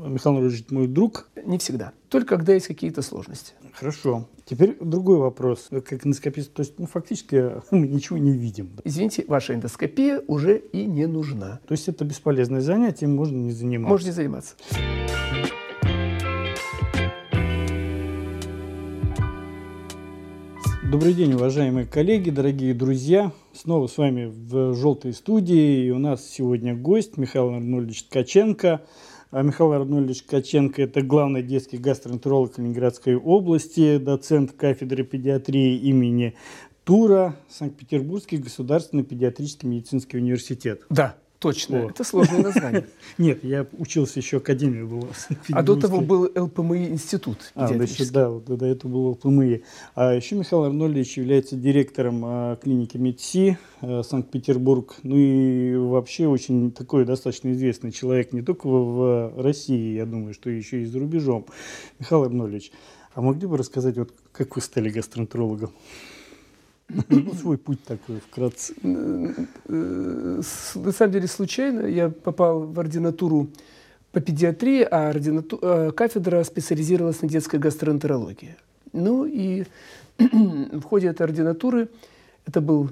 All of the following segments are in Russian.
Михаил Иванович мой друг. Не всегда. Только когда есть какие-то сложности. Хорошо. Теперь другой вопрос. Как эндоскопист, то есть фактически мы ничего не видим. Извините, ваша эндоскопия уже и не нужна. То есть это бесполезное занятие, им можно не заниматься. Можно не заниматься. Добрый день, уважаемые коллеги, дорогие друзья. Снова с вами в «Желтой студии». И у нас сегодня гость Михаил Арнольдович Ткаченко. Михаил Арнольдович Ткаченко – это главный детский гастроэнтеролог Ленинградской области, доцент кафедры педиатрии имени Тура, Санкт-Петербургский государственный педиатрический медицинский университет. Да, точно. Это сложное название. Нет, я учился еще академию был. А до того был ЛПМИ институт педиатрический. Да, до этого был ЛПМИ. А еще Михаил Арнольдович является директором клиники МедСи Санкт-Петербург. Ну и вообще очень такой достаточно известный человек не только в России, я думаю, что еще и за рубежом. Михаил Арнольдович, а могли бы рассказать, вот как вы стали гастроэнтерологом? Свой путь такой, вкратце. На самом деле случайно. Я попал в ординатуру по педиатрии, а кафедра специализировалась на детской гастроэнтерологии. Ну и в ходе этой ординатуры, это был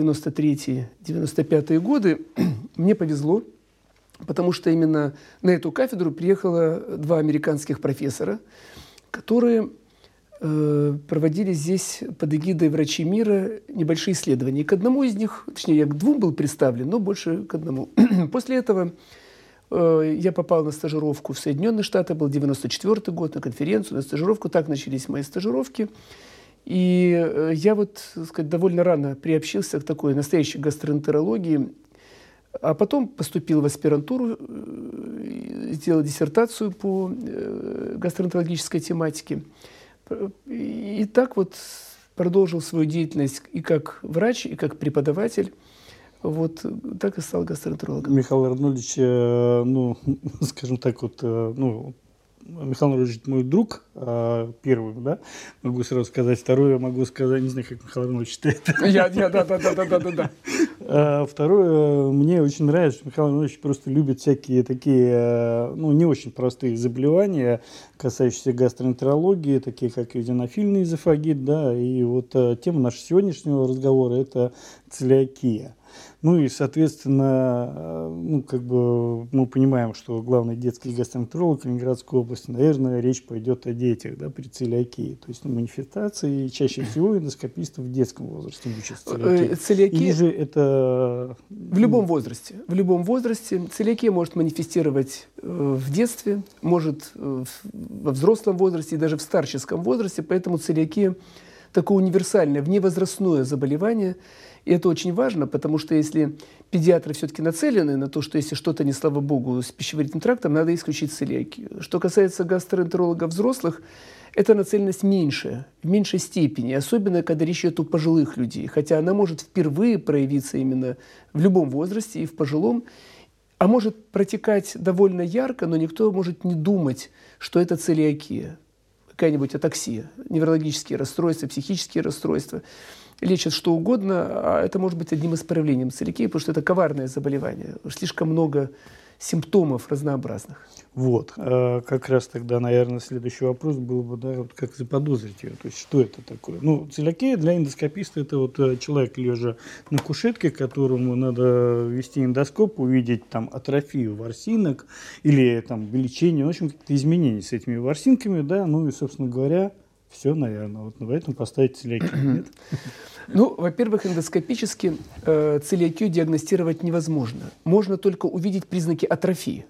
93-95 годы, мне повезло, потому что именно на эту кафедру приехало 2 американских профессора, которые проводили здесь под эгидой «Врачи мира» небольшие исследования. И к одному из них, точнее, я к 2 был представлен, но больше к одному. После этого я попал на стажировку в Соединенные Штаты, был 94-й год, на конференцию, на стажировку. Так начались мои стажировки. И я так сказать, довольно рано приобщился к такой настоящей гастроэнтерологии. А потом поступил в аспирантуру, сделал диссертацию по гастроэнтерологической тематике. И так вот продолжил свою деятельность и как врач, и как преподаватель. Вот так и стал гастроэнтерологом. Михаил Арнольдович, скажем так, Михаил Арнольдович мой друг, первый, да, могу сразу сказать. Второе, я могу сказать, не знаю, как Михаил Арнольдович считает. Да. Второе, мне очень нравится, что Михаил Арнольдович просто любит всякие такие, не очень простые заболевания, касающиеся гастроэнтерологии, такие как эозинофильный эзофагит, да, и вот тема нашего сегодняшнего разговора – это целиакия. Ну и, соответственно, мы понимаем, что главный детский гастроэнтеролог Ленинградской области, наверное, речь пойдет о детях, да, при целиакии. То есть манифестации чаще всего эндоскопистов в детском возрасте учатся целиакии. Или же это… В любом возрасте. В любом возрасте. Целиакия может манифестировать в детстве, может во взрослом возрасте и даже в старческом возрасте. Поэтому целиакия такое универсальное, вневозрастное заболевание. И это очень важно, потому что если педиатры все-таки нацелены на то, что если что-то не слава богу с пищеварительным трактом, надо исключить целиакию. Что касается гастроэнтерологов взрослых, эта нацеленность меньше, в меньшей степени, особенно когда речь идет о пожилых людей. Хотя она может впервые проявиться именно в любом возрасте и в пожилом, а может протекать довольно ярко, но никто может не думать, что это целиакия, какая-нибудь атаксия, неврологические расстройства, психические расстройства. Лечат что угодно, а это может быть одним из проявлений целиакии, потому что это коварное заболевание. Слишком много симптомов разнообразных. Вот. Как раз тогда, наверное, следующий вопрос был бы, да, вот как заподозрить ее, то есть что это такое? Целиакия для эндоскописта – это вот человек, лежа на кушетке, которому надо ввести эндоскоп, увидеть там атрофию ворсинок или там увеличение, в общем, какие-то изменения с этими ворсинками, да, и, собственно говоря, все, наверное, вот на этом поставить целиакию, нет? Во-первых, эндоскопически целиакию диагностировать невозможно. Можно только увидеть признаки атрофии.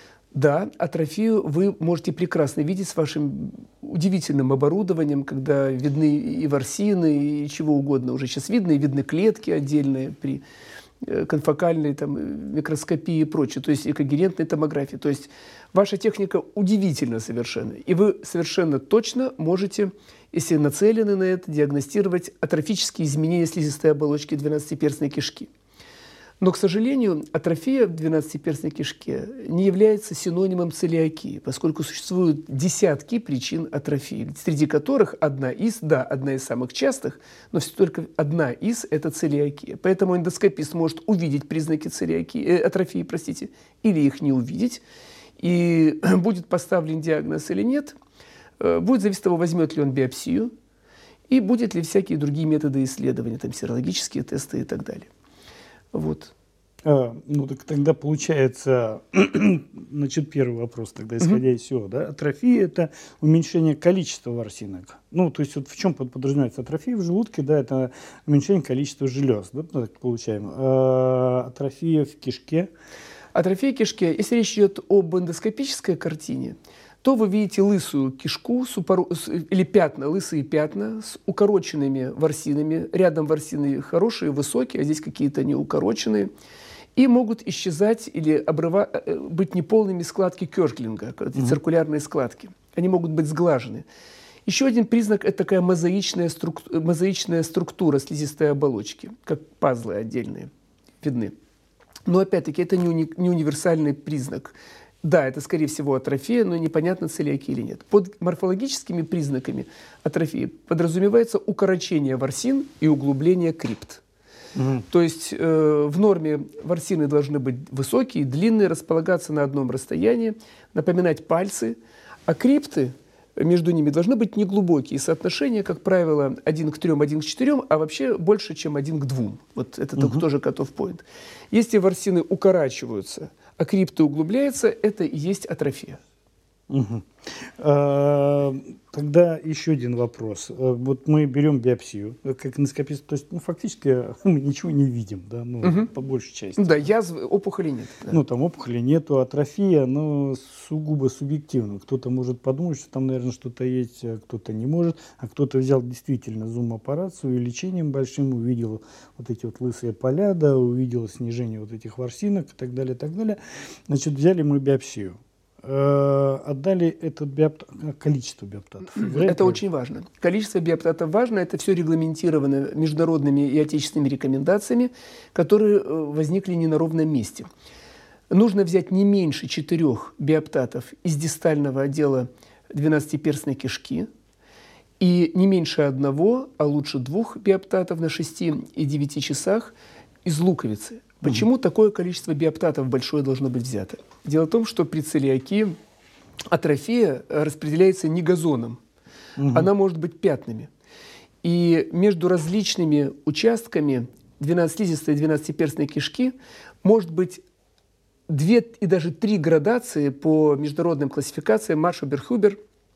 Да, атрофию вы можете прекрасно видеть с вашим удивительным оборудованием, когда видны и ворсины, и чего угодно. Уже сейчас видны клетки отдельные при конфокальной микроскопии и прочее, то есть экогерентной томографии. То есть ваша техника удивительна совершенно. И вы совершенно точно можете, если нацелены на это, диагностировать атрофические изменения слизистой оболочки двенадцатиперстной кишки. Но, к сожалению, атрофия в двенадцатиперстной кишке не является синонимом целиакии, поскольку существуют десятки причин атрофии, среди которых одна из самых частых, но все только одна из – это целиакия. Поэтому эндоскопист может увидеть признаки атрофии, или их не увидеть. и будет поставлен диагноз или нет, будет зависеть от того, возьмет ли он биопсию, и будет ли всякие другие методы исследования, там, серологические тесты и так далее. Вот. Ну, так тогда получается, значит, первый вопрос, тогда, исходя из всего, да, атрофия – это уменьшение количества ворсинок. Ну, то есть, вот в чем подразумевается атрофия в желудке, да, это уменьшение количества желез, да, так получаем. Атрофия в кишке. Атрофия кишки, если речь идет об эндоскопической картине, то вы видите лысую кишку или пятна, лысые пятна с укороченными ворсинами. Рядом ворсины хорошие, высокие, а здесь какие-то не укороченные. И могут исчезать или быть неполными складки Кёжглинга, циркулярные складки. Они могут быть сглажены. Еще один признак – это такая мозаичная структура слизистой оболочки, как пазлы отдельные видны. Но опять-таки это не универсальный признак. Да, это, скорее всего, атрофия, но непонятно, целиакия или нет. Под морфологическими признаками атрофии подразумевается укорочение ворсин и углубление крипт. То есть в норме ворсины должны быть высокие, длинные, располагаться на одном расстоянии, напоминать пальцы, а крипты между ними должны быть неглубокие. Соотношение, как правило, 1 к 3, 1 к 4, а вообще больше, чем 1 к 2. Вот это тоже cut-off point. Если ворсины укорачиваются, а крипты углубляются, это и есть атрофия. Тогда еще один вопрос. Вот мы берем биопсию, как эндоскопист, то есть, ну, фактически мы ничего не видим, да, ну, по большей части. Да, язвы, опухоли нет. Да. Ну, там опухоли нету, атрофия, но сугубо субъективно. Кто-то может подумать, что там, наверное, что-то есть, а кто-то не может, а кто-то взял действительно зум-аппарат с увеличением большим, увидел вот эти вот лысые поля, да, увидел снижение вот этих ворсинок и так далее, и так далее. Значит, взяли мы биопсию. Отдали этот количество биоптатов. Это очень важно. Количество биоптатов важно. Это все регламентировано международными и отечественными рекомендациями, которые возникли не на ровном месте. Нужно взять не меньше 4 биоптатов из дистального отдела 12-перстной кишки и не меньше 1, а лучше 2 биоптатов на 6 и 9 часах из луковицы. Почему такое количество биоптатов большое должно быть взято? Дело в том, что при целиакии атрофия распределяется не газоном, она может быть пятнами. И между различными участками 12-слизистой и 12-перстной кишки может быть 2 и даже 3 градации по международным классификациям Марш-Оберхюбер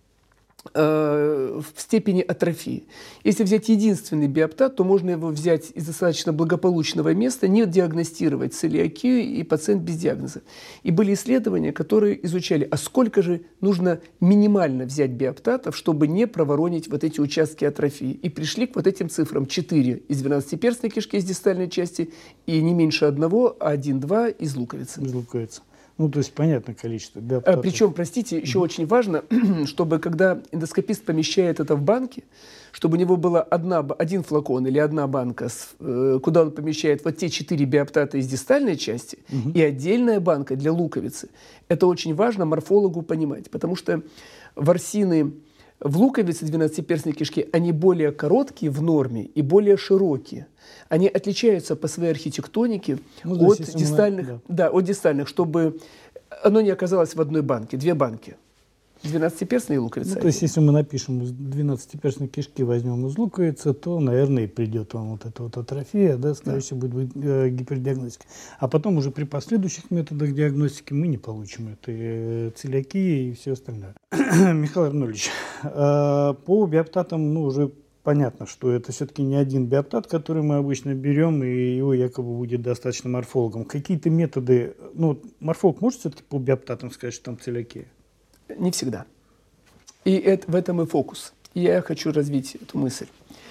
в степени атрофии. Если взять единственный биоптат, то можно его взять из достаточно благополучного места, не диагностировать целиакию, и пациент без диагноза. И были исследования, которые изучали, а сколько же нужно минимально взять биоптатов, чтобы не проворонить вот эти участки атрофии. И пришли к вот этим цифрам: 4 из 12-перстной кишки, из дистальной части, и не меньше 1, а 1-2 из луковицы. Из луковицы. Ну, то есть понятное количество биоптатов. Причем, простите, еще очень важно, чтобы когда эндоскопист помещает это в банке, чтобы у него была один флакон или одна банка, куда он помещает вот те 4 биоптата из дистальной части, и отдельная банка для луковицы. Это очень важно морфологу понимать, потому что ворсины в луковице 12-перстной кишки, они более короткие в норме и более широкие. Они отличаются по своей архитектонике от дистальных, от дистальных, чтобы оно не оказалось в одной банке, 2 банки. 12-перстные и луковица. Ну, то есть, если мы напишем 12-перстной кишки, возьмем из луковицы, то, наверное, и придет вам вот эта вот атрофия, да, скорее всего, будет гипердиагностика. А потом уже при последующих методах диагностики мы не получим этой целиакии и все остальное. Михаил Арнольевич, по биоптатам, ну, уже понятно, что это все-таки не один биоптат, который мы обычно берем, и его якобы будет достаточно морфологом. Какие-то методы, ну, морфолог может все-таки по биоптатам сказать, что там целиакия? Не всегда. И в этом и фокус. И я хочу развить эту мысль.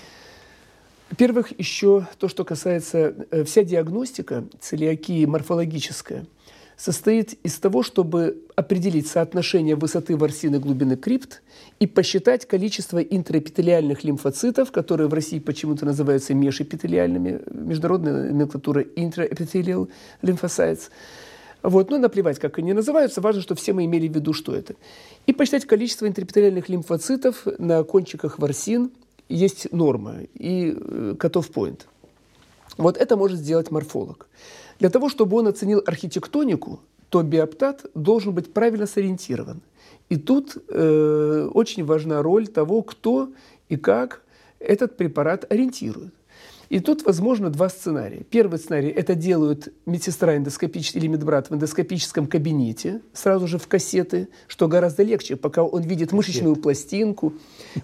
Во-первых, еще то, что касается вся диагностика целиакии морфологическая, состоит из того, чтобы определить соотношение высоты ворсины глубины крипт и посчитать количество интраэпителиальных лимфоцитов, которые в России почему-то называются межэпителиальными, международная номенклатура intraepithelial lymphocytes. Вот, ну, наплевать, как они называются, важно, чтобы все мы имели в виду, что это. И посчитать количество интраэпителиальных лимфоцитов на кончиках ворсин. Есть норма и cut-off point. Вот это может сделать морфолог. Для того, чтобы он оценил архитектонику то биоптат должен быть правильно сориентирован. И тут очень важна роль того, кто и как этот препарат ориентирует. И тут возможно два сценария. Первый сценарий – это делают медсестра или медбрат в эндоскопическом кабинете, сразу же в кассеты, что гораздо легче, пока он видит мышечную пластинку,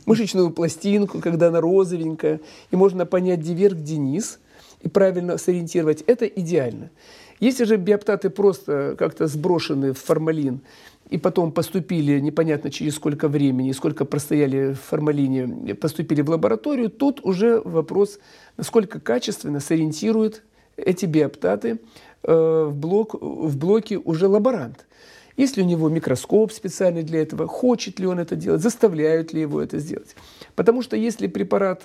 когда она розовенькая, и можно понять, где вверх, где низ, и правильно сориентировать. Это идеально. Если же биоптаты просто как-то сброшены в формалин, и потом поступили, непонятно через сколько времени, сколько простояли в формалине, поступили в лабораторию, тут уже вопрос, насколько качественно сориентируют эти биоптаты в блоке уже лаборант. Есть ли у него микроскоп специальный для этого, хочет ли он это делать, заставляют ли его это сделать. Потому что если препарат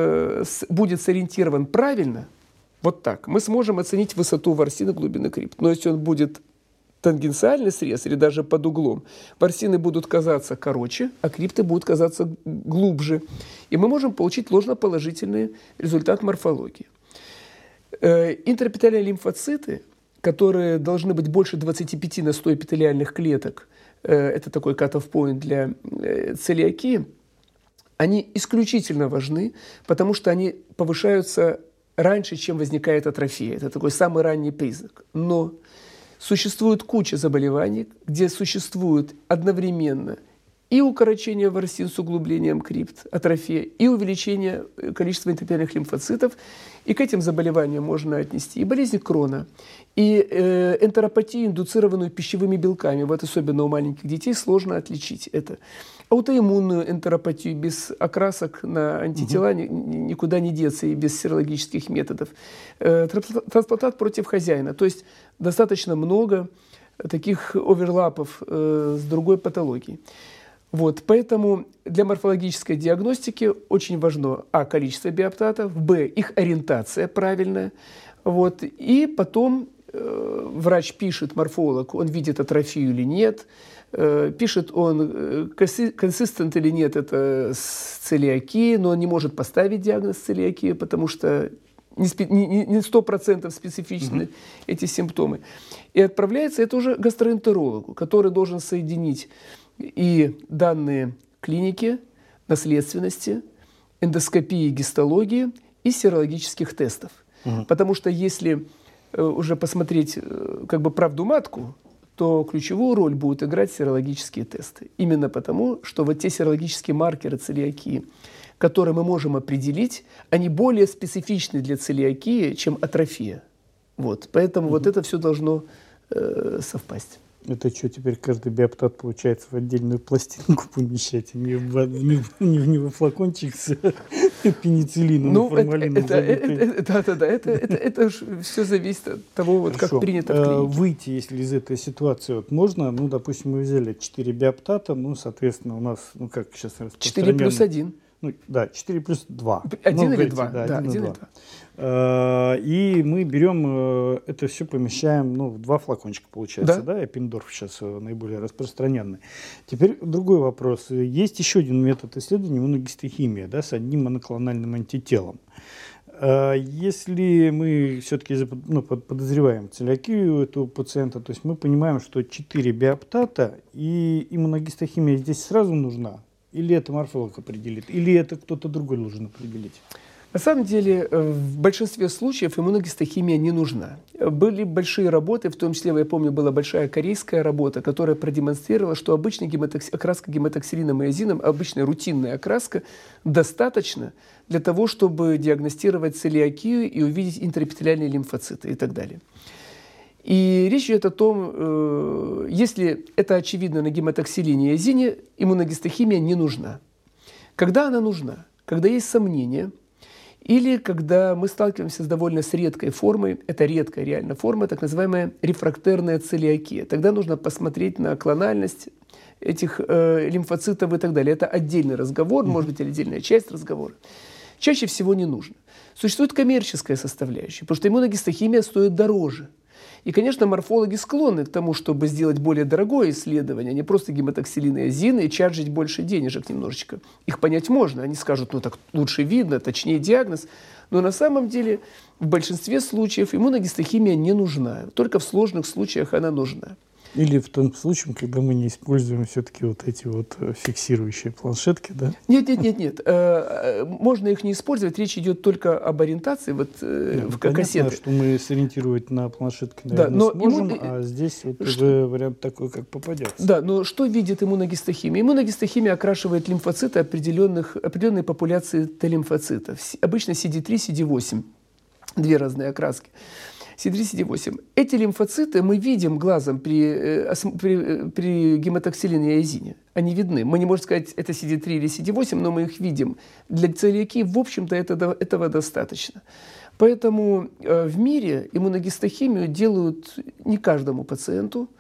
будет сориентирован правильно, вот так, мы сможем оценить высоту ворсины глубины крипт. Но если он будет тангенциальный срез или даже под углом, ворсины будут казаться короче, а крипты будут казаться глубже. И мы можем получить ложноположительный результат морфологии. Интраэпителиальные лимфоциты, которые должны быть больше 25 на 100 эпителиальных клеток, это такой cut-off point для целиакии, они исключительно важны, потому что они повышаются раньше, чем возникает атрофия. Это такой самый ранний признак. Но существует куча заболеваний, где существует одновременно и укорочение ворсин с углублением крипт, атрофия, и увеличение количества интраэпителиальных лимфоцитов. И к этим заболеваниям можно отнести и болезнь Крона, и энтеропатию, индуцированную пищевыми белками. Вот особенно у маленьких детей сложно отличить это. Аутоиммунную энтеропатию без окрасок на антитела никуда не деться и без серологических методов. Трансплантат против хозяина. То есть достаточно много таких оверлапов с другой патологией. Вот, поэтому для морфологической диагностики очень важно, количество биоптатов, их ориентация правильная. Вот, и потом врач пишет, морфолог, он видит атрофию или нет, пишет он, консистент или нет это с целиакией, но он не может поставить диагноз целиакии, потому что не 100% специфичны эти симптомы. И отправляется это уже гастроэнтерологу, который должен соединить и данные клиники, наследственности, эндоскопии, гистологии и серологических тестов. Потому что если уже посмотреть правду матку, то ключевую роль будут играть серологические тесты. Именно потому, что вот те серологические маркеры целиакии, которые мы можем определить, они более специфичны для целиакии, чем атрофия. Вот. Поэтому вот это все должно совпасть. Это что, теперь каждый биоптат, получается, в отдельную пластинку помещать, не в него флакончик с пенициллином, формалином? Это все зависит от того, как принято в клинике. Выйти, если из этой ситуации можно, допустим, мы взяли 4 биоптата, соответственно, у нас, как сейчас распространено... 4 плюс 1. 4 плюс 2. 1 или 2. Да, 1 и 2. И мы берем это все, помещаем в 2 флакончика, получается, да? Эппендорф сейчас наиболее распространенный. Теперь другой вопрос. Есть еще один метод исследования, иммуногистохимия, да, с одним моноклональным антителом. Если мы все-таки подозреваем целиакию этого пациента, то есть мы понимаем, что 4 биоптата, и иммуногистохимия здесь сразу нужна? Или это морфолог определит? Или это кто-то другой должен определить? На самом деле, в большинстве случаев иммуногистохимия не нужна. Были большие работы, в том числе, я помню, была большая корейская работа, которая продемонстрировала, что обычная окраска гематоксилином и азином, обычная рутинная окраска, достаточно для того, чтобы диагностировать целиакию и увидеть интраэпителиальные лимфоциты и так далее. И речь идет о том, если это очевидно на гематоксилине и азине, иммуногистохимия не нужна. Когда она нужна? Когда есть сомнения, или когда мы сталкиваемся с довольно редкой формой, это редкая реально форма, так называемая рефрактерная целиакия. Тогда нужно посмотреть на клональность этих лимфоцитов и так далее. Это отдельный разговор, может быть, отдельная часть разговора. Чаще всего не нужно. Существует коммерческая составляющая, потому что иммуногистохимия стоит дороже. И, конечно, морфологи склонны к тому, чтобы сделать более дорогое исследование, не просто гематоксилин и азин, и чаржить больше денежек немножечко. Их понять можно. Они скажут, так лучше видно, точнее диагноз. Но на самом деле в большинстве случаев иммуногистохимия не нужна. Только в сложных случаях она нужна. Или в том случае, когда мы не используем все-таки вот эти вот фиксирующие планшетки, да? Нет. Можно их не использовать. Речь идет только об ориентации в кассеты. Понятно, что мы сориентировать на планшетке, наверное, сможем, а здесь вот уже вариант такой, как попадется. Да, но что видит иммуногистохимия? Иммуногистохимия окрашивает лимфоциты определенной популяции Т-лимфоцитов. Обычно CD3, CD8. Две разные окраски. CD3, CD8. Эти лимфоциты мы видим глазом при гематоксилине и азине. Они видны. Мы не можем сказать, это CD3 или CD8, но мы их видим. Для целиакии, в общем-то, этого достаточно. Поэтому в мире иммуногистохимию делают не каждому пациенту,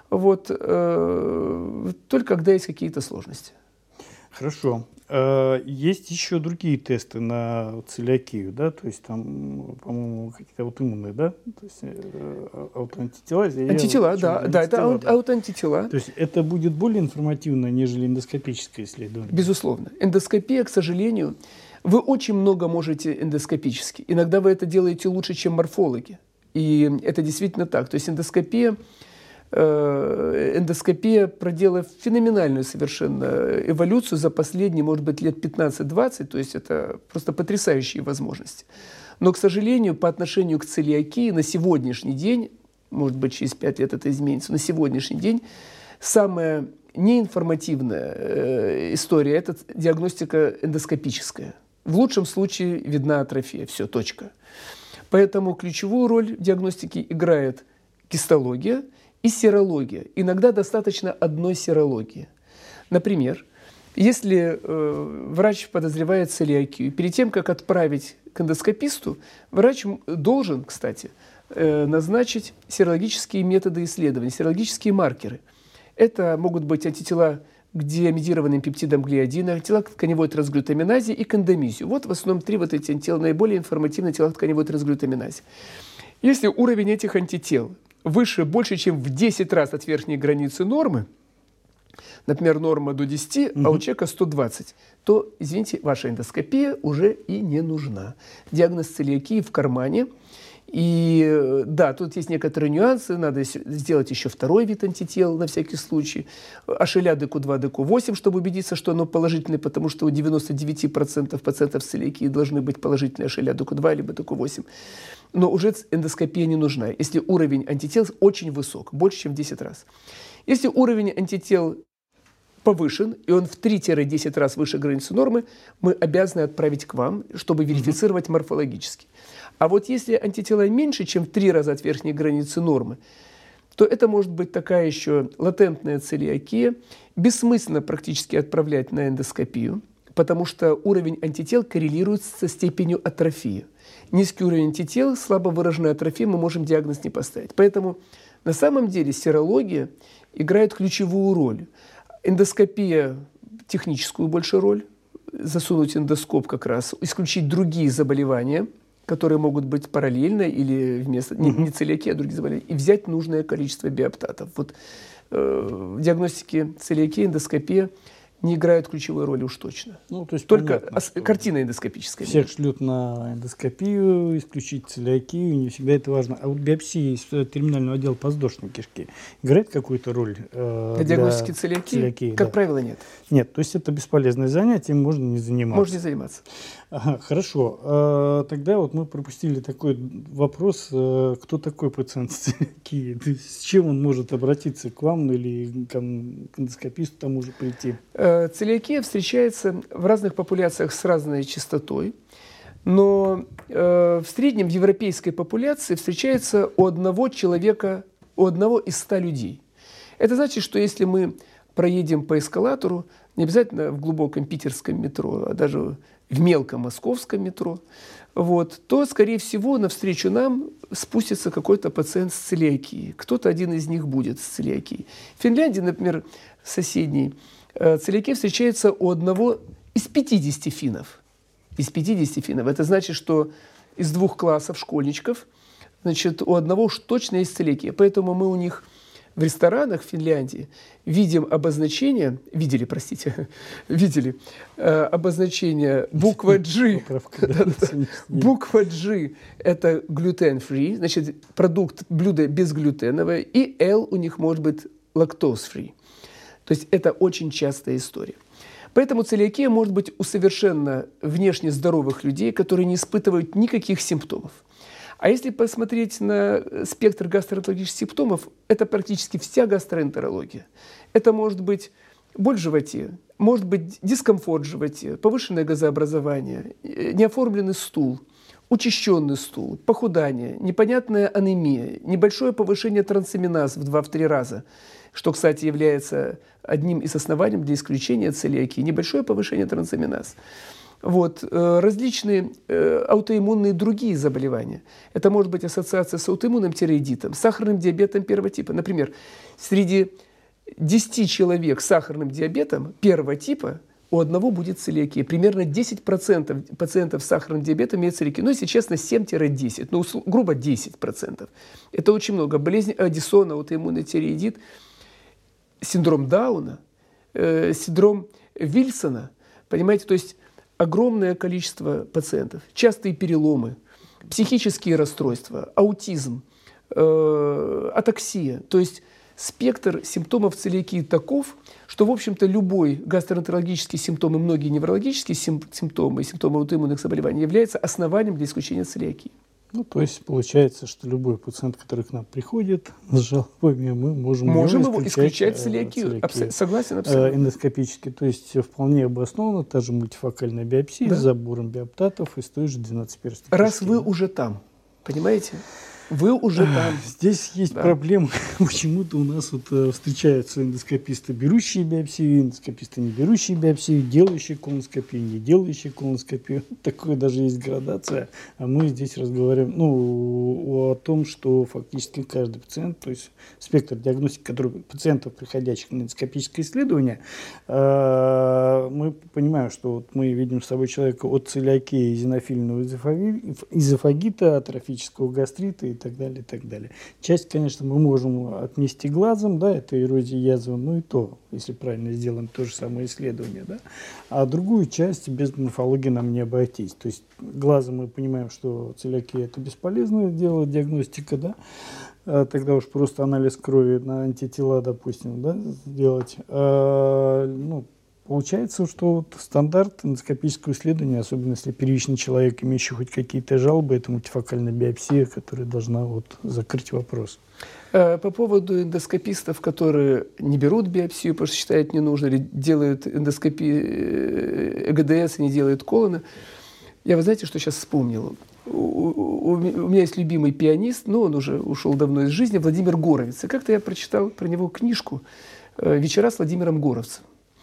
только когда есть какие-то сложности. Хорошо. Есть еще другие тесты на целиакию, да, то есть там, по-моему, какие-то аутоиммунные, да, то есть аутоантитела. Антитела, да, это аутоантитела. То есть это будет более информативно, нежели эндоскопическое исследование? Безусловно. Эндоскопия, к сожалению, вы очень много можете эндоскопически. Иногда вы это делаете лучше, чем морфологи. И это действительно так. То есть эндоскопия проделала феноменальную совершенно эволюцию за последние, может быть, лет 15-20, то есть это просто потрясающие возможности. Но, к сожалению, по отношению к целиакии на сегодняшний день, может быть, через 5 лет это изменится, на сегодняшний день самая неинформативная история – это диагностика эндоскопическая. В лучшем случае видна атрофия, все, точка. Поэтому ключевую роль в диагностике играет гистология и серология. Иногда достаточно одной серологии. Например, если врач подозревает целиакию, перед тем, как отправить к эндоскописту, врач должен, кстати, назначить серологические методы исследования, серологические маркеры. Это могут быть антитела к диамидированным пептидам глиадина, антитела к тканевой трансглютаминазе и к эндомизию. Вот в основном 3 вот эти антитела, наиболее информативные антитела к тканевой трансглютаминазе. Если уровень этих антител больше, чем в 10 раз от верхней границы нормы, например, норма до 10, а у человека 120, то, извините, ваша эндоскопия уже и не нужна. Диагноз целиакии в кармане. И да, тут есть некоторые нюансы, надо сделать еще второй вид антител на всякий случай, HLA ДК2, ДК8, чтобы убедиться, что оно положительное, потому что у 99% пациентов с целиакией должны быть положительные HLA ДК2 либо ДК8. Но уже эндоскопия не нужна, если уровень антител очень высок, больше, чем в 10 раз. Если уровень антител повышен, и он в 3-10 раз выше границы нормы, мы обязаны отправить к вам, чтобы верифицировать морфологически. А вот если антитела меньше, чем в 3 раза от верхней границы нормы, то это может быть такая еще латентная целиакия. Бессмысленно практически отправлять на эндоскопию, потому что уровень антител коррелирует со степенью атрофии. Низкий уровень антител, слабо выраженная атрофия, мы можем диагноз не поставить. Поэтому на самом деле серология играет ключевую роль. Эндоскопия – техническую больше роль. Засунуть эндоскоп как раз, исключить другие заболевания, которые могут быть параллельно или вместо, не целиакия, а другие заболевания, и взять нужное количество биоптатов. Вот в диагностике целиакии эндоскопия не играют ключевой роли уж точно. Ну, то есть только понятно, картина эндоскопическая. Всех шлют на эндоскопию, исключить целиакию, не всегда это важно. А вот биопсия из терминального отдела подвздошной кишки играет какую-то роль для диагностики целиакии? Как правило, нет. Нет, то есть это бесполезное занятие, им можно не заниматься. Можно не заниматься. Ага, хорошо. Тогда вот мы пропустили такой вопрос, кто такой пациент с целиакией? С чем он может обратиться к вам или к эндоскописту тому же прийти? Целиакия встречается в разных популяциях с разной частотой, но в среднем в европейской популяции встречается у одного человека, у одного из 100 людей. Это значит, что если мы проедем по эскалатору, не обязательно в глубоком питерском метро, а даже в мелком московском метро, то, скорее всего, навстречу нам спустится какой-то пациент с целиакией. Кто-то один из них будет с целиакией. В Финляндии, например, соседней, целиакия встречается у одного из 50 финнов. Из 50 финнов. Это значит, что из 2 классов школьничков, значит, у одного уж точно есть целиакия. Поэтому мы у них в ресторанах в Финляндии видели обозначение буква G. Буква G – это gluten-free, значит, блюдо безглютеновое, и L у них может быть lactose-free. То есть это очень частая история. Поэтому целиакия может быть у совершенно внешне здоровых людей, которые не испытывают никаких симптомов. А если посмотреть на спектр гастроэнтерологических симптомов, это практически вся гастроэнтерология. Это может быть боль в животе, может быть дискомфорт в животе, повышенное газообразование, неоформленный стул, учащенный стул, похудание, непонятная анемия, небольшое повышение трансаминаз в 2-3 раза, что, кстати, является одним из оснований для исключения целиакии, небольшое повышение трансаминаз. Различные аутоиммунные другие заболевания. Это может быть ассоциация с аутоиммунным тиреоидитом, сахарным диабетом первого типа. Например, среди 10 человек с сахарным диабетом первого типа у одного будет целиакия. Примерно 10% пациентов с сахарным диабетом имеют целиакию. Если честно, 7-10, грубо 10%. Это очень много. Болезнь Аддисона, аутоиммунный тиреоидит, синдром Дауна, синдром Вильсона. Понимаете, то есть огромное количество пациентов. Частые переломы, психические расстройства, аутизм, атаксия. То есть спектр симптомов целиакии таков, что, в общем-то, любой гастроэнтерологический симптом и многие неврологические симптомы и симптомы аутоиммунных заболеваний являются основанием для исключения целиакии. То есть получается, что любой пациент, который к нам приходит с жалобами, мы можем его исключать целиакию. Согласен абсолютно. Эндоскопически. То есть вполне обоснованно та же мультифокальная биопсия с забором биоптатов из той же 12-перстной кишки. Раз вы уже там, понимаете? Вы уже там. Здесь есть проблема. Почему-то у нас встречаются эндоскописты, берущие биопсию, эндоскописты, не берущие биопсию, делающие колоноскопию, не делающие колоноскопию. Такое даже есть градация. А мы здесь разговариваем о том, что фактически каждый пациент, то есть спектр диагностики, который пациентов, приходящих на эндоскопическое исследование, мы понимаем, что мы видим с собой человека от целиакии, эозинофильного эзофагита, атрофического гастрита и так далее, и так далее. Часть, конечно, мы можем отнести глазом, да, это эрозия язвы, и то, если правильно сделаем то же самое исследование, да, а другую часть без морфологии нам не обойтись. То есть глазом мы понимаем, что целиакия – это бесполезное дело, диагностика, да, тогда уж просто анализ крови на антитела, допустим, да, сделать. Получается, что стандарт эндоскопического исследования, особенно если первичный человек, имеющий хоть какие-то жалобы, это мультифокальная биопсия, которая должна закрыть вопрос. По поводу эндоскопистов, которые не берут биопсию, потому что считают не нужно, или делают эндоскопию ЭГДС и не делают колона, вы знаете, что сейчас вспомнил? У меня есть любимый пианист, но он уже ушел давно из жизни, Владимир Горовец. И как-то я прочитал про него книжку «Вечера с Владимиром Горовцем».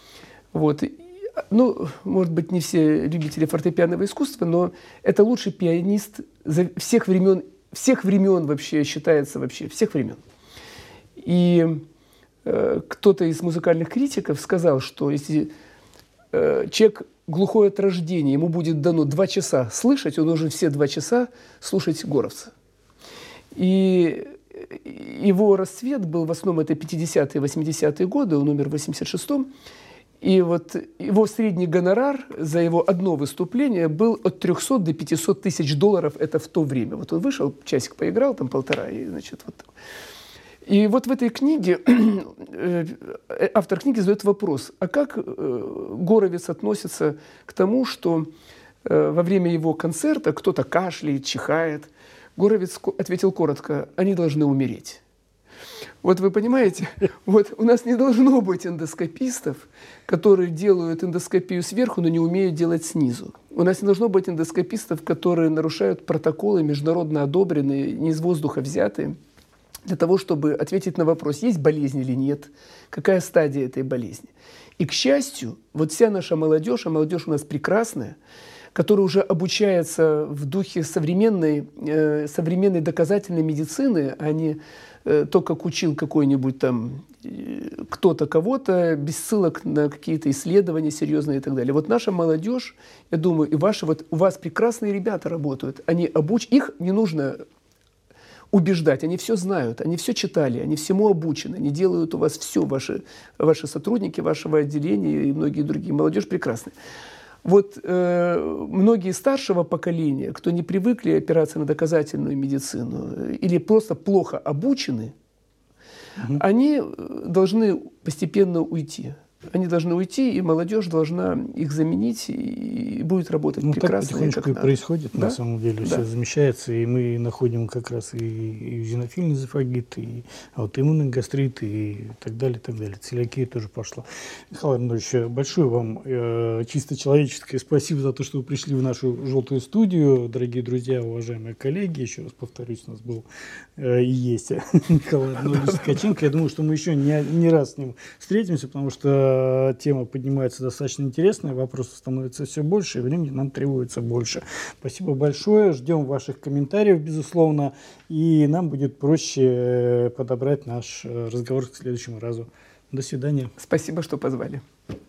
Может быть, не все любители фортепианного искусства, но это лучший пианист всех времен вообще считается всех времен. И кто-то из музыкальных критиков сказал, что если человек глухой от рождения, ему будет дано 2 часа слышать, он должен все 2 часа слушать Горовца. И его расцвет был в основном это 50-е, 80-е годы, он умер в 86-м. И его средний гонорар за его одно выступление был от 300 до 500 тысяч долларов, это в то время. Он вышел, часик поиграл, там 1,5, и, И в этой книге автор книги задает вопрос, а как Горовец относится к тому, что во время его концерта кто-то кашляет, чихает. Горовец ответил коротко, они должны умереть. Вы понимаете, у нас не должно быть эндоскопистов, которые делают эндоскопию сверху, но не умеют делать снизу. У нас не должно быть эндоскопистов, которые нарушают протоколы, международно одобренные, не из воздуха взятые, для того, чтобы ответить на вопрос, есть болезнь или нет, какая стадия этой болезни. И, к счастью, вся наша молодежь, а молодежь у нас прекрасная, которая уже обучается в духе современной доказательной медицины, а не то, как учил какой-нибудь там кто-то кого-то, без ссылок на какие-то исследования серьезные и так далее. Наша молодежь, я думаю, и у вас прекрасные ребята работают, их не нужно убеждать, они все знают, они все читали, они всему обучены, они делают у вас все, ваши сотрудники вашего отделения и многие другие. Молодежь прекрасная. Многие старшего поколения, кто не привыкли опираться на доказательную медицину или просто плохо обучены, они должны постепенно уйти. Они должны уйти, и молодежь должна их заменить, и будет работать прекрасно. Так потихонечку и происходит, да? на самом деле, да. все замещается, и мы находим как раз и эозинофильный эзофагит, и аутоиммунный гастрит, и так далее, так далее. Целиакия тоже пошла. Михаил Арнольдович, большое вам чисто человеческое спасибо за то, что вы пришли в нашу желтую студию. Дорогие друзья, уважаемые коллеги, еще раз повторюсь, у нас был и есть Михаил Арнольдович Ткаченко. Я думаю, что мы еще не раз с ним встретимся, потому что тема поднимается достаточно интересная, вопросов становится все больше, и времени нам требуется больше. Спасибо большое, ждем ваших комментариев, безусловно, и нам будет проще подобрать наш разговор к следующему разу. До свидания. Спасибо, что позвали.